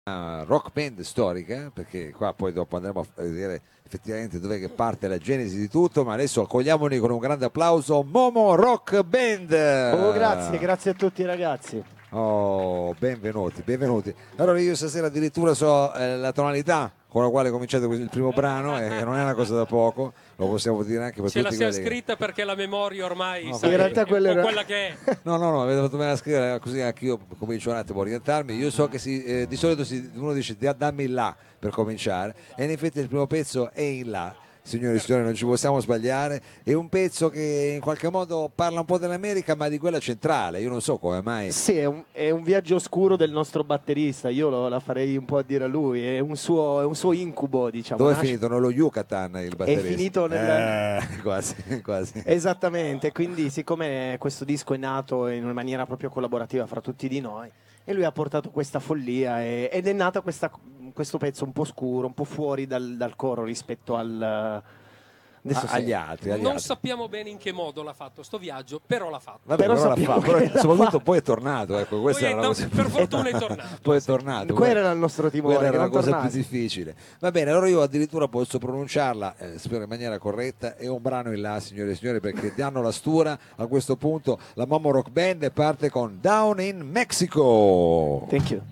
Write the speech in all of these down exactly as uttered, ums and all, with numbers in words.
Una rock band storica, perché qua poi dopo andremo a vedere effettivamente dov'è che parte la genesi di tutto, ma adesso accogliamoli con un grande applauso, Momo Rock Band. Oh, grazie, grazie a tutti ragazzi. Oh, benvenuti, benvenuti. Allora io stasera addirittura so eh, la tonalità con la quale cominciate il primo brano, e eh, non è una cosa da poco, lo possiamo dire anche per Ce tutti la sia quelli scritta perché la memoria ormai No, sai, in realtà è quello un po' era- quella che è. No, no, no, avete fatto bene a scrivere, così anche io comincio un attimo a orientarmi. Io so che si, eh, di solito si- uno dice "Da- dammi il là per cominciare", e in effetti il primo pezzo è in là, signori e signori, non ci possiamo sbagliare. È un pezzo che in qualche modo parla un po' dell'America, ma di quella centrale. Io non so come mai. Sì, è un, è un viaggio oscuro del nostro batterista, io lo, la farei un po' a dire a lui, è un suo, è un suo incubo, diciamo. Dove è Nasce- finito? Nello Yucatan il batterista? finito nel- Eh, quasi, quasi. Esattamente, quindi siccome questo disco è nato in una maniera proprio collaborativa fra tutti di noi, e lui ha portato questa follia e- ed è nata questa- questo pezzo un po' scuro, un po' fuori dal, dal coro rispetto al... adesso A- sì. agli altri, agli Non altri. sappiamo bene in che modo l'ha fatto sto viaggio, però l'ha fatto. Vabbè, Però però, l'ha sappiamo fatto, però che l'ha soprattutto fatto. poi è tornato, ecco, questa Poi era è- la no, cosa per fortuna è tornato. poi è tornato. Quello era il nostro timore, Quella che era la non cosa tornasse. più difficile. Va bene, allora io addirittura posso pronunciarla, eh, spero in maniera corretta, è un brano in là, signore e signori, perché danno la stura a questo punto. La Momo Rock Band parte con Down in Mexico. Thank you.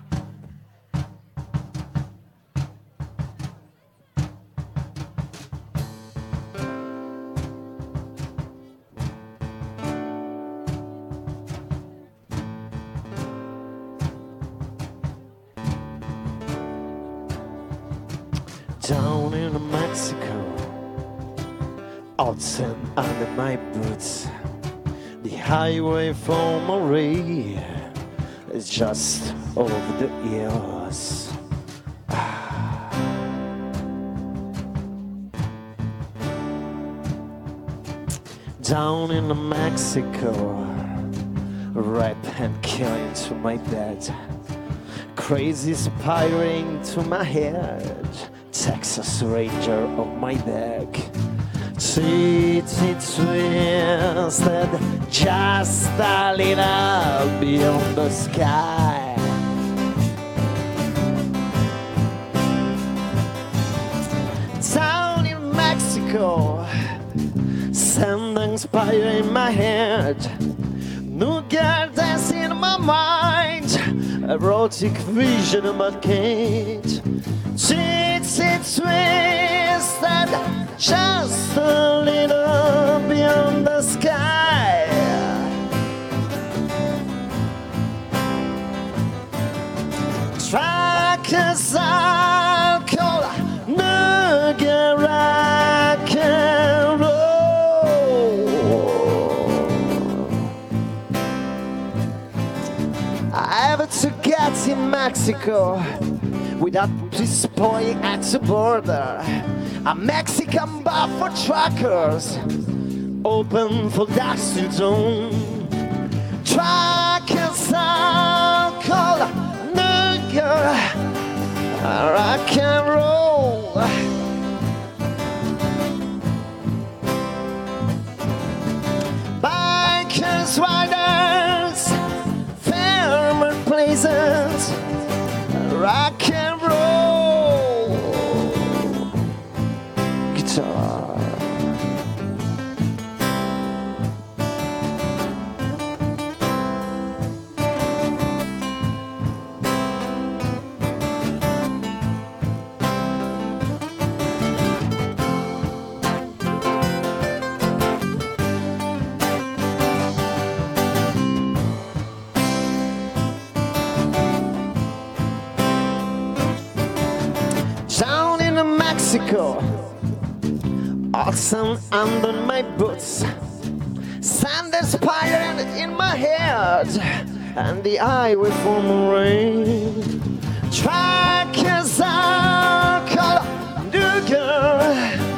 Down in Mexico, hot sand under my boots. The highway from Monterey is just over the hills. Ah. Down in Mexico, rape and killing to my bed. Crazy spiraling to my head, Texas Ranger on my back. City twisted just a little beyond the sky. Down in Mexico, sand inspire in my head. New girl dancing in my mind, erotic vision but can't. Cheats it twisted, just a little beyond the sky. Trackers alcohol, nugget rock and roll. I have to get in Mexico without this boy at the border. A Mexican bar for truckers, open for ducks to zone. Truckers alcohol, nugget, rock and roll. Bikers, riders, farmer places, rock and roll. Guitar. Down in Mexico, oxen under my boots, sand inspired in my head, and the highway from rain. Trackers are color, new girl,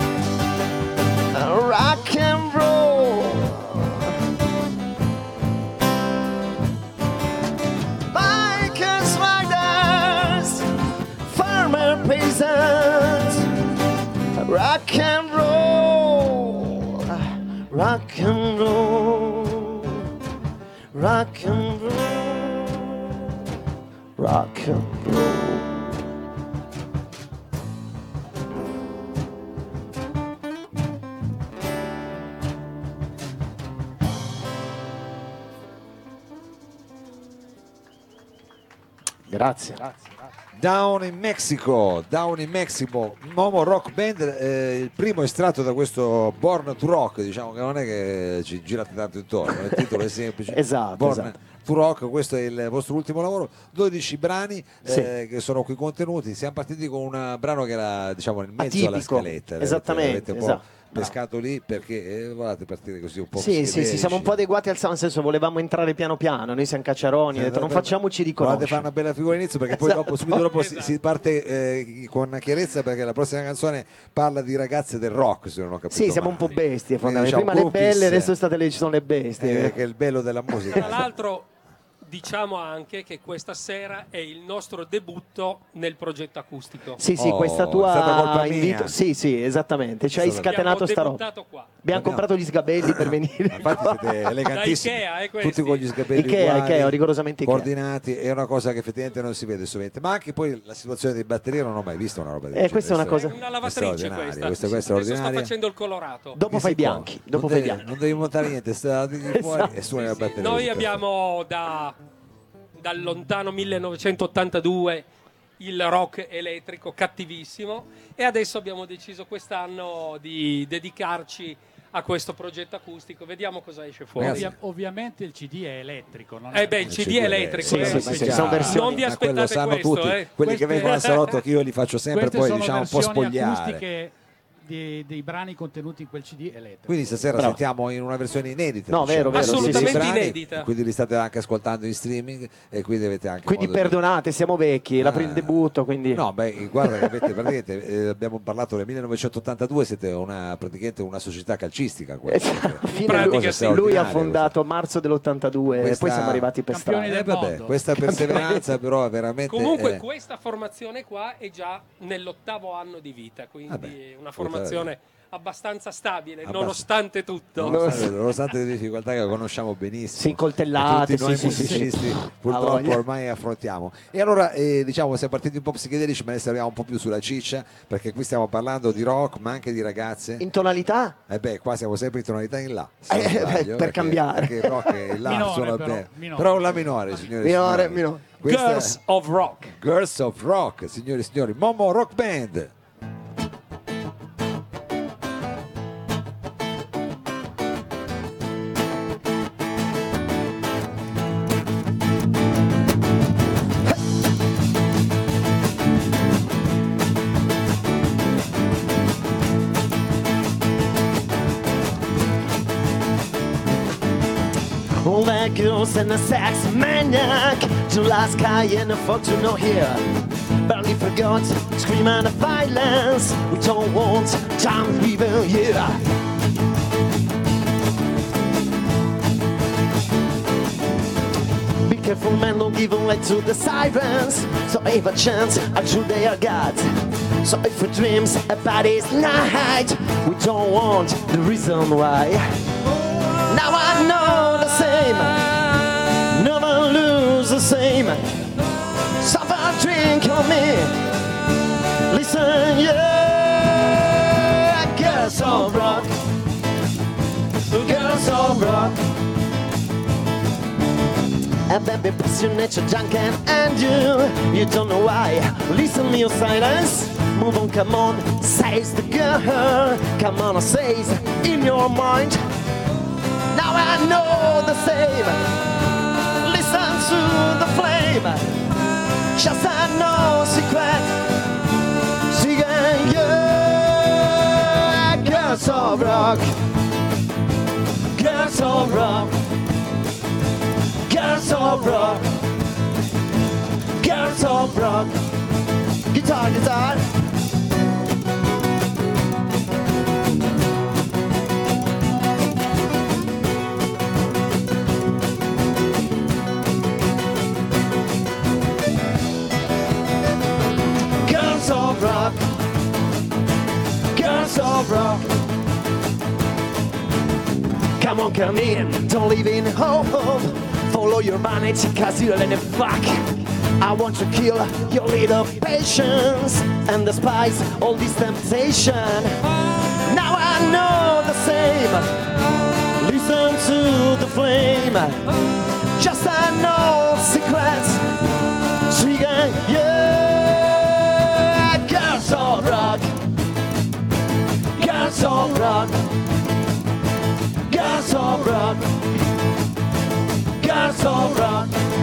rock and roll. Bikers, riders, farmer peasants, rock and roll, rock and roll, rock and roll, rock and roll. Grazie. Down in Mexico, Down in Mexico, Momo Rock Band, eh, il primo estratto da questo Born to Rock, diciamo che non è che ci girate tanto intorno, il titolo è semplice. Esatto, Born esatto. to Rock, questo è il vostro ultimo lavoro, dodici brani Sì. eh, che sono qui contenuti. Siamo partiti con un brano che era, diciamo, nel mezzo alla Atipico. scaletta. Esattamente, avete un po' esatto. pescato lì perché eh, volete partire così un po' Sì, sì, sì, psichedelici. siamo un po' adeguati al sound, nel senso volevamo entrare piano piano, noi siamo cacciaroni, ho detto non facciamoci Volete riconoscere. fare una bella figura all'inizio perché poi Esatto. dopo, subito dopo si, Esatto. si parte eh, con chiarezza perché la prossima canzone parla di ragazze del rock, se non ho capito Sì, siamo un po' male. bestie, Quindi, fondamentalmente. Prima le groupies, belle, adesso state le, ci sono le bestie. eh, che è il bello della musica. Tra l'altro diciamo anche che questa sera è il nostro debutto nel progetto acustico. Sì, sì, Oh, questa è stata colpa tua mia. invito. Sì, sì, esattamente. Ci hai È stata- scatenato sta Abbiamo roba. debuttato qua. Abbiamo comprato gli sgabelli per venire. Infatti siete elegantissimi, Da Ikea, eh, questi. tutti con gli sgabelli Ikea, uguali, Ikea, rigorosamente Ikea. coordinati, è una cosa che effettivamente non si vede sovente, ma anche poi la situazione dei batterie non ho mai visto una roba del Eh, genere. questa è una Questo cosa- È una lavatrice straordinaria, questa. questa, questa è Adesso sta straordinaria. facendo il colorato. Dopo Chi fai i sei qua? bianchi. Dopo non fai i devi, bianchi. non devi montare niente, sta di fuori Esatto. e suoni la Sì, batteria. noi Perfetto. abbiamo da, dal lontano millenovecentottantadue il rock elettrico cattivissimo e adesso abbiamo deciso quest'anno di dedicarci a questo progetto acustico. Vediamo cosa esce fuori. Ragazzi, Ovvia- ovviamente il C D è elettrico, non Eh è- beh, il C D è elettrico. Sì, eh. sì, sì, sì, già, sono versioni. Non vi ma quello aspettate sanno questo, tutti, eh. quelli che Queste- vengono al salotto che io li faccio sempre Queste poi sono diciamo un po' versioni spogliare. acustiche di- dei brani contenuti in quel C D elettrico. Quindi stasera Bravo. sentiamo in una versione inedita. No, vero, vero, Assolutamente dei brani, inedita. Quindi li state anche ascoltando in streaming e quindi avete anche Quindi modo di- perdonate, siamo vecchi, la Ah. prima debutto, quindi... No, beh, guarda che avete praticamente eh, abbiamo parlato del millenovecentottantadue, siete una praticamente una società calcistica questa. Esatto, fine pratica lui, sì. lui ha straordinaria fondato a marzo dell'ottantadue Questa- e poi siamo arrivati per Campioni strada. Eh, del vabbè, mondo. questa perseveranza però è veramente Comunque eh, questa formazione qua è già nell'ottavo anno di vita, quindi Vabbè, è una formazione abbastanza stabile, Abbast- nonostante tutto. nonostante, nonostante le difficoltà che conosciamo benissimo, Sì, coltellate, che tutti noi sì, sì, sì, sì. musicisti Ha purtroppo voglia. ormai affrontiamo. E allora eh, diciamo siamo partiti un po' psichedelici, ma adesso arriviamo un po' più sulla ciccia, perché qui stiamo parlando di rock ma anche di ragazze. In tonalità? Eh beh, qua siamo sempre in tonalità in là, se non Eh, sbaglio, per perché- cambiare. perché il rock è in là Minore, suona però, bene. minore. Però la minore, signori e Minore, signori. minore. Questa è Girls of Rock. Girls of Rock, signori e signori, Momo Rock Band. All that girls and a sex maniac, July sky and a fortune here. Barely forgot, scream out of violence. We don't want time even here. Be careful, man, don't give way to the sirens. So if a chance, I should they are God. So if your dreams about this night, we don't want the reason why. Now I know the same, never lose the same. Suffer, drink on me. Listen, yeah, girls of rock, girls of rock. And baby, passionate, your junk and and you. You don't know why. Listen, me, your silence. Move on, come on, says the girl. Come on, says in your mind. Now I know the same. Listen to the flame. Just a no secret. Singing, yeah, girls of rock. Girls of rock. Girls of rock. Girls of rock. Guitar, guitar. Girls of rock, girls of rock. Come on, come in, don't live in hope. Follow your vanity, cause you'll end fuck. I want to kill your little patience and despise all this temptation. Now I know the same. Listen to the flame. Just I know secrets. Trigger, yeah. Girls of rock. Girls of rock. Girls of rock. Girls of rock.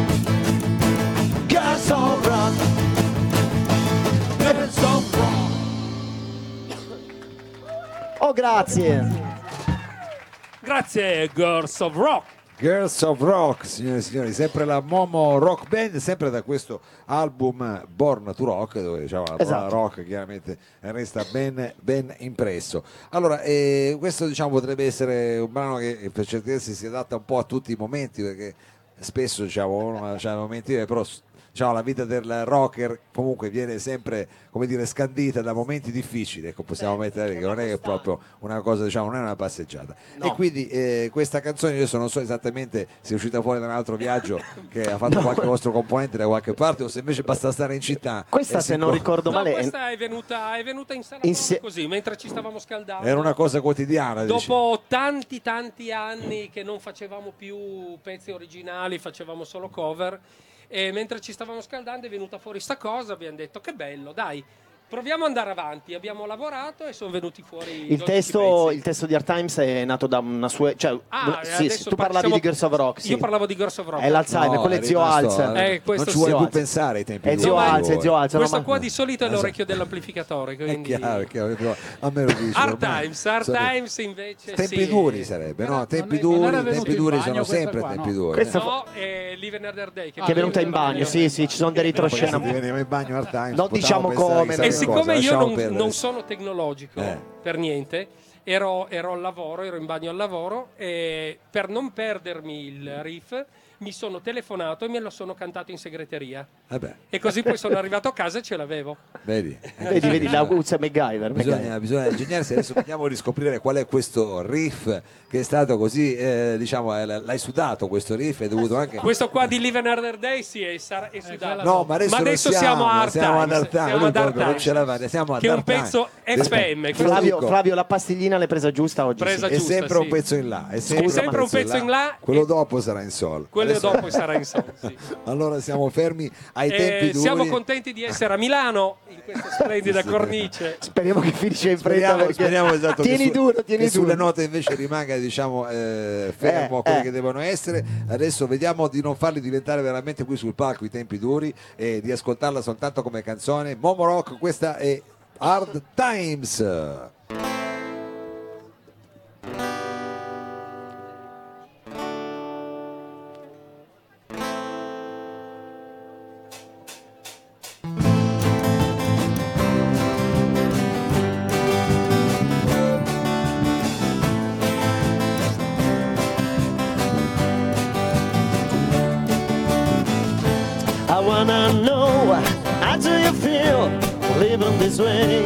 Girls of rock. Girls of rock. Oh, grazie. Grazie, Girls of Rock. Girls of Rock, signore e signori, sempre la Momo Rock Band, sempre da questo album Born to Rock, dove diciamo la parola Esatto. rock chiaramente resta ben, ben impresso. Allora, eh, questo diciamo potrebbe essere un brano che per certi versi si adatta un po' a tutti i momenti, perché spesso diciamo uno ha momenti, però diciamo, la vita del rocker comunque viene sempre, come dire, scandita da momenti difficili, ecco, possiamo mettere che non è che proprio una cosa, diciamo, non è una passeggiata. No. E quindi eh, questa canzone, io adesso non so esattamente se è uscita fuori da un altro viaggio che ha fatto qualche vostro componente da qualche parte o se invece basta stare in città. Questa, e se si non può- ricordo No, male, è- questa è venuta, è venuta in sala Insie- così, mentre ci stavamo scaldando. Era una cosa quotidiana, dici. Dopo tanti tanti anni che non facevamo più pezzi originali, facevamo solo cover, e mentre ci stavamo scaldando è venuta fuori sta cosa, abbiamo detto che bello, dai, proviamo ad andare avanti. Abbiamo lavorato e sono venuti fuori il dodici testo, pezzi. il testo di Hard Times è nato da una sua... Cioè, Ah, sì, sì, adesso tu parlavi siamo- di Girls of Rock, sì. Io parlavo di Girls of Rock. È l'Alzheimer, No, quello è è Zio rimasto- Alzer. Eh, questo non ci sì. vuoi Zio più Alzer. pensare ai tempi È di Zio ora, Alzer, voi. Zio Alzer. Questo no, ma- qua di solito è Esatto. l'orecchio dell'amplificatore, È quindi... chiaro, è chiaro, però a me lo dice. Hard ormai. Times, Hard Sono- Times invece Tempi sì. duri sarebbe, no? Non Tempi è- non duri, era venuto tempi in duri bagno sono questa sempre qua, tempi no? duri. Questa- eh. No, è Live Another Day che, Che è venuta in bagno, sì, sì, ci sono delle Poi se ritroscena. ti veniva in bagno Hard Times, Non potevamo diciamo pensare come, chissà E che siccome cosa, io lasciamo non, perdere. non sono tecnologico Eh. per niente, ero, ero al lavoro, ero in bagno al lavoro e per non perdermi il riff mi sono telefonato e me lo sono cantato in segreteria. Vabbè, E così poi sono arrivato a casa e ce l'avevo. vedi? Vedi, vedi, la Uzza MacGyver. Bisogna, MacGyver. bisogna ingegnarsi. Adesso vediamo di scoprire qual è questo riff che è stato così, eh, diciamo, eh, l'hai sudato questo riff, è dovuto anche... Questo qua di Live Another Day sì, è, sar- è sudato. No, ma adesso, Ma non adesso siamo a Hard siamo ad Times, Hard Times, siamo lui ad Hard proprio non Times. ce la fa, siamo ad Che è un Hard Times. pezzo F M, questo- Flavio, Dico, Flavio, la pastiglina l'hai presa giusta oggi? Presa sì. è giusta, sempre un sì. pezzo in là, è sempre, sempre un pezzo in là quello e- dopo sarà in sol. Quello Adesso- dopo sarà in sol, sì. Allora siamo fermi ai Eh, tempi duri. siamo contenti di essere a Milano in questa splendida Sì, sì. cornice. Speriamo che finisce in fretta Speriamo, perché... speriamo, esatto, tieni che, su- duro, tieni che duro. sulle note invece rimanga, diciamo, eh, fermo Eh, quelli eh. che devono essere. Adesso vediamo di non farli diventare veramente qui sul palco i tempi duri e di ascoltarla soltanto come canzone. Momo Rock, questa è Hard Times. I wanna know, how do you feel living this way?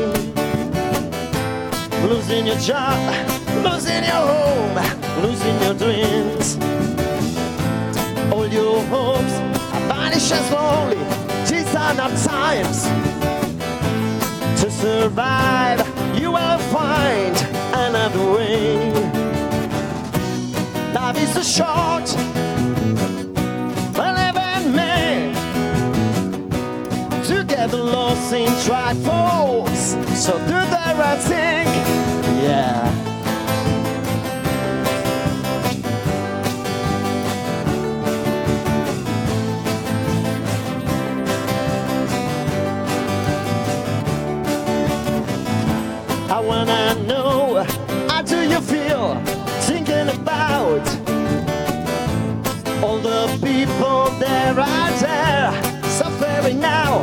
Losing your job, losing your home, losing your dreams. All your hopes are vanishing slowly. These are not times to survive. You will find another way. Life is too short. Believe in me. Together lost in trifles. So do the right thing. Yeah. I wanna know, how do you feel thinking about all the people there are there suffering now,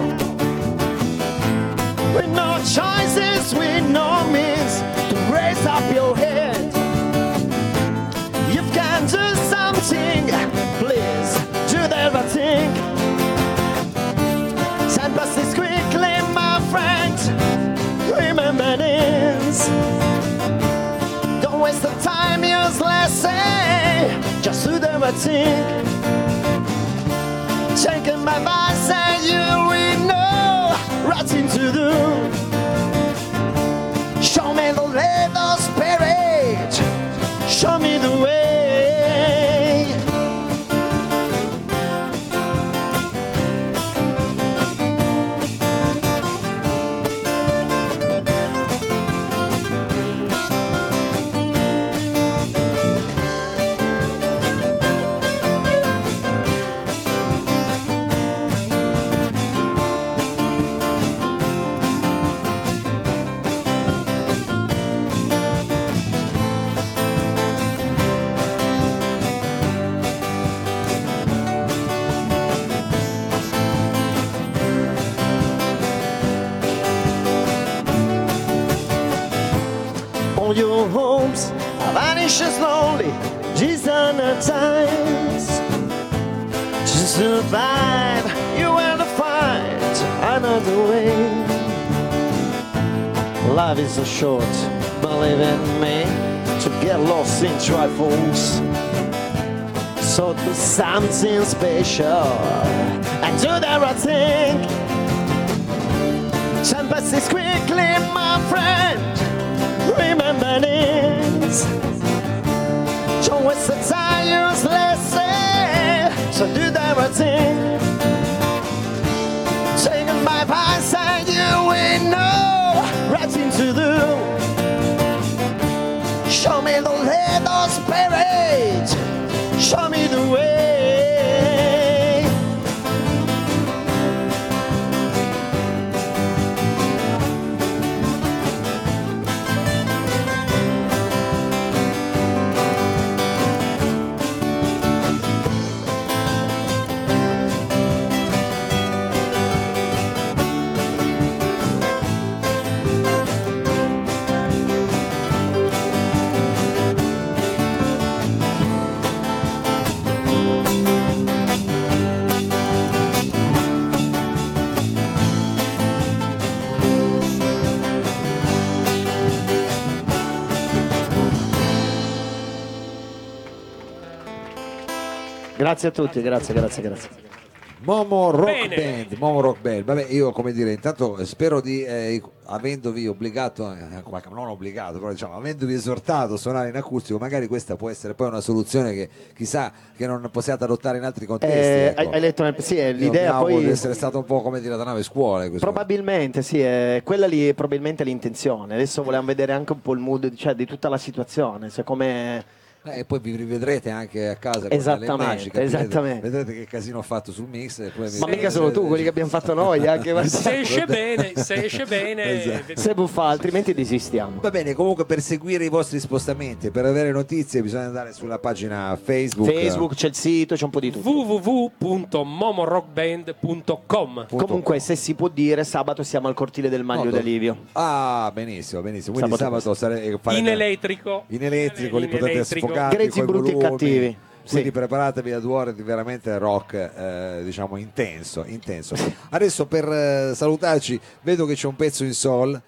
with no choices, with no means to raise up your head? You can do something, please do the right thing. Time passes quickly, my friend. Remember this. Don't waste the time, useless. Say, just do the right thing. Taking my advice and you will know right into the show me the little spirit, show me the way. All your hopes vanish slowly, these are the times to survive. You will find another way. Life is so short, believe in me, to get lost in trifles. So do something special and do the right thing. Time passes quickly, my friend. Remember this. Don't waste the time uselessly. So do the right thing. Taking my advice and you will know right into the. Show me the little spirit. Show me the way. Grazie a tutti, grazie, grazie, grazie. Momo Rock Bene. Band, Momo Rock Band. Vabbè, io come dire, intanto spero di, eh, avendovi obbligato, eh, qualche- non obbligato, però diciamo, avendovi esortato a suonare in acustico, magari questa può essere poi una soluzione che chissà che non possiate adottare in altri contesti. Eh, ecco. hai, hai letto nel- sì, è Io l'idea mi auguro poi di essere stato un po' come dire da nave scuola. Questo. probabilmente sì, è quella lì è probabilmente l'intenzione. Adesso volevamo vedere anche un po' il mood, cioè, di tutta la situazione, se come Eh, e poi vi rivedrete anche a casa con Esattamente, le immagini, capirete- esattamente. vedrete che casino ho fatto sul mix e poi mi- ma mica solo tu, quelli che abbiamo fatto noi, anche Se esce bene, se esce bene, Esatto. se buffa, altrimenti desistiamo. Va bene, comunque per seguire i vostri spostamenti, per avere notizie bisogna andare sulla pagina Facebook. Facebook, c'è il sito, c'è un po' di tutto. w w w punto momorockband punto com. Punto Comunque, com. se si può dire, sabato siamo al cortile del Maglio No, do- d'Alivio. Ah, benissimo, benissimo. Quindi Sabato sabato, sare- farete- In elettrico. in elettrico li In potete elettrico. sfogare Grezzi, coi brutti e volumi. cattivi. Quindi Sì. preparatevi ad ore di veramente rock, eh, diciamo intenso, intenso. Adesso per eh, salutarci vedo che c'è un pezzo in sol.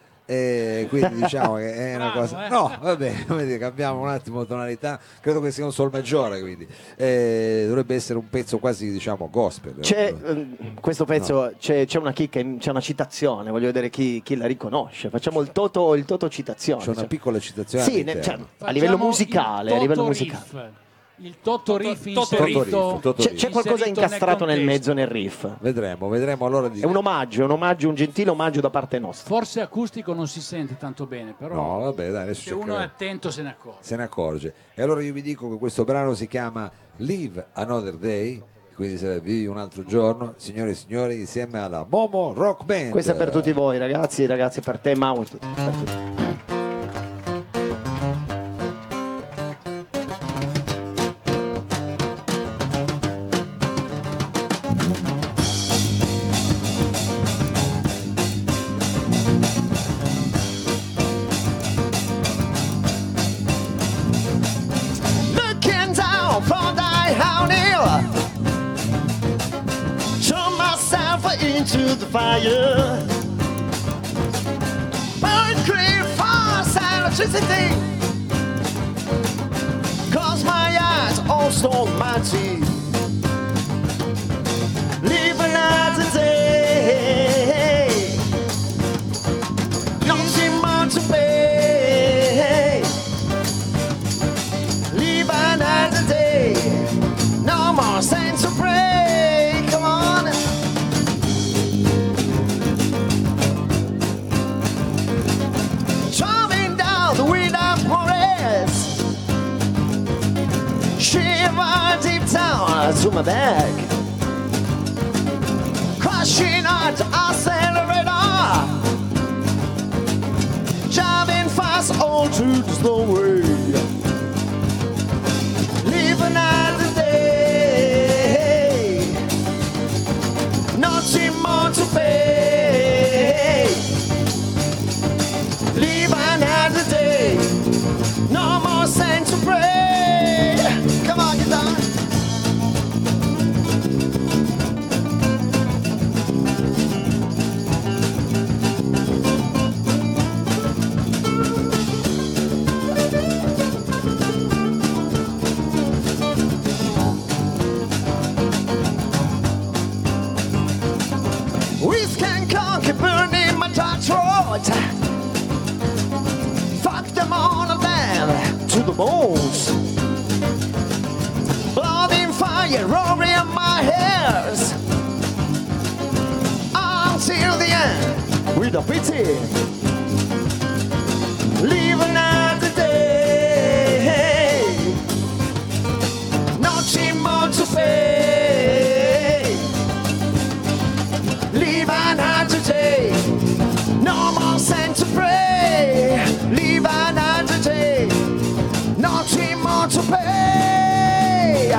E quindi diciamo che è una Bravo, cosa. eh. No, vabbè, come dire, cambiamo un attimo tonalità. Credo che sia un sol maggiore, quindi Eh, dovrebbe essere un pezzo quasi, diciamo, gospel. C'è ehm, questo pezzo, c'è, c'è una chicca, c'è una citazione, voglio vedere chi, chi la riconosce. Facciamo il toto, il toto citazione. C'è una cioè. piccola citazione. Sì, ne- all'interno. cioè, a livello Facciamo musicale, il a livello Toto musicale. Riff. Il Toto Riff Toto inserito, Riff, Toto C'è, Riff. c'è qualcosa inserito incastrato nel contesto. mezzo nel riff. Vedremo, vedremo allora di... È un omaggio, è un omaggio, un gentile omaggio da parte nostra. Forse acustico non si sente tanto bene, però No, vabbè, dai, adesso se uno è cercheremo. attento se ne accorge. se ne accorge. E allora io vi dico che questo brano si chiama Live Another Day, quindi se vivi un altro giorno, signore e signori, insieme alla Momo Rock Band. Questo è per tutti voi, ragazzi, ragazzi, per te, Mau, per tutti. Looking down from thy hill, turn myself into the fire. Burn, cream, fast electricity, cause my eyes are so mighty. my back. Crashing on the accelerator, driving fast all through the slow way, living another day, nothing more to pay, live another day, no more sense to pray. Come on, get down. Burning my touch road, fuck them all of them to the bones, blood and fire roaring in my hairs, until the end with a pity, live another day, nothing more to pay, live another day, no more sense to pray, live another day, nothing more to pay.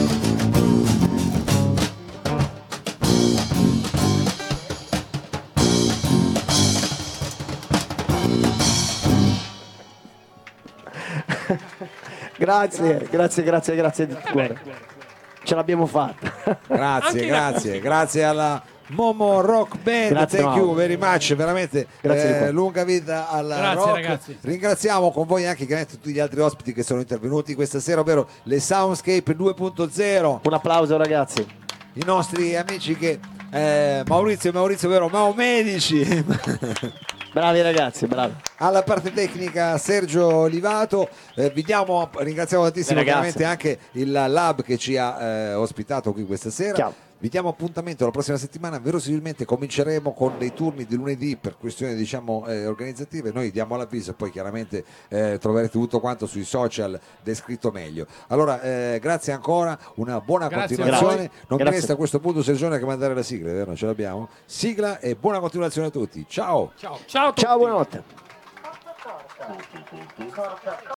Grazie, grazie, grazie, grazie di cuore. Ce l'abbiamo fatta. Grazie, Anche grazie, grazie alla Momo Rock Band. Grazie, Thank Mauro. you very much, veramente Grazie di eh, cuore. lunga vita alla Grazie, rock. ragazzi. Ringraziamo con voi anche chiaramente tutti gli altri ospiti che sono intervenuti questa sera, ovvero le Soundscape due punto zero, Un applauso ragazzi. i nostri amici che eh, Maurizio e Maurizio, vero, Maomedici. Bravi ragazzi, bravi. Alla parte tecnica Sergio Livato, eh, vi diamo, ringraziamo tantissimo Eh, ragazzi. chiaramente anche il Lab che ci ha eh, ospitato qui questa sera. Ciao. Vi diamo appuntamento la prossima settimana, verosimilmente cominceremo con dei turni di lunedì per questioni diciamo eh, organizzative, noi diamo l'avviso e poi chiaramente eh, troverete tutto quanto sui social descritto meglio. Allora eh, grazie ancora, una buona Grazie a continuazione, voi. non mi Grazie. resta a questo punto Sergione che mandare la sigla, vero? Ce l'abbiamo? Sigla e buona continuazione a tutti, ciao! Ciao, ciao a tutti. Ciao, buonanotte.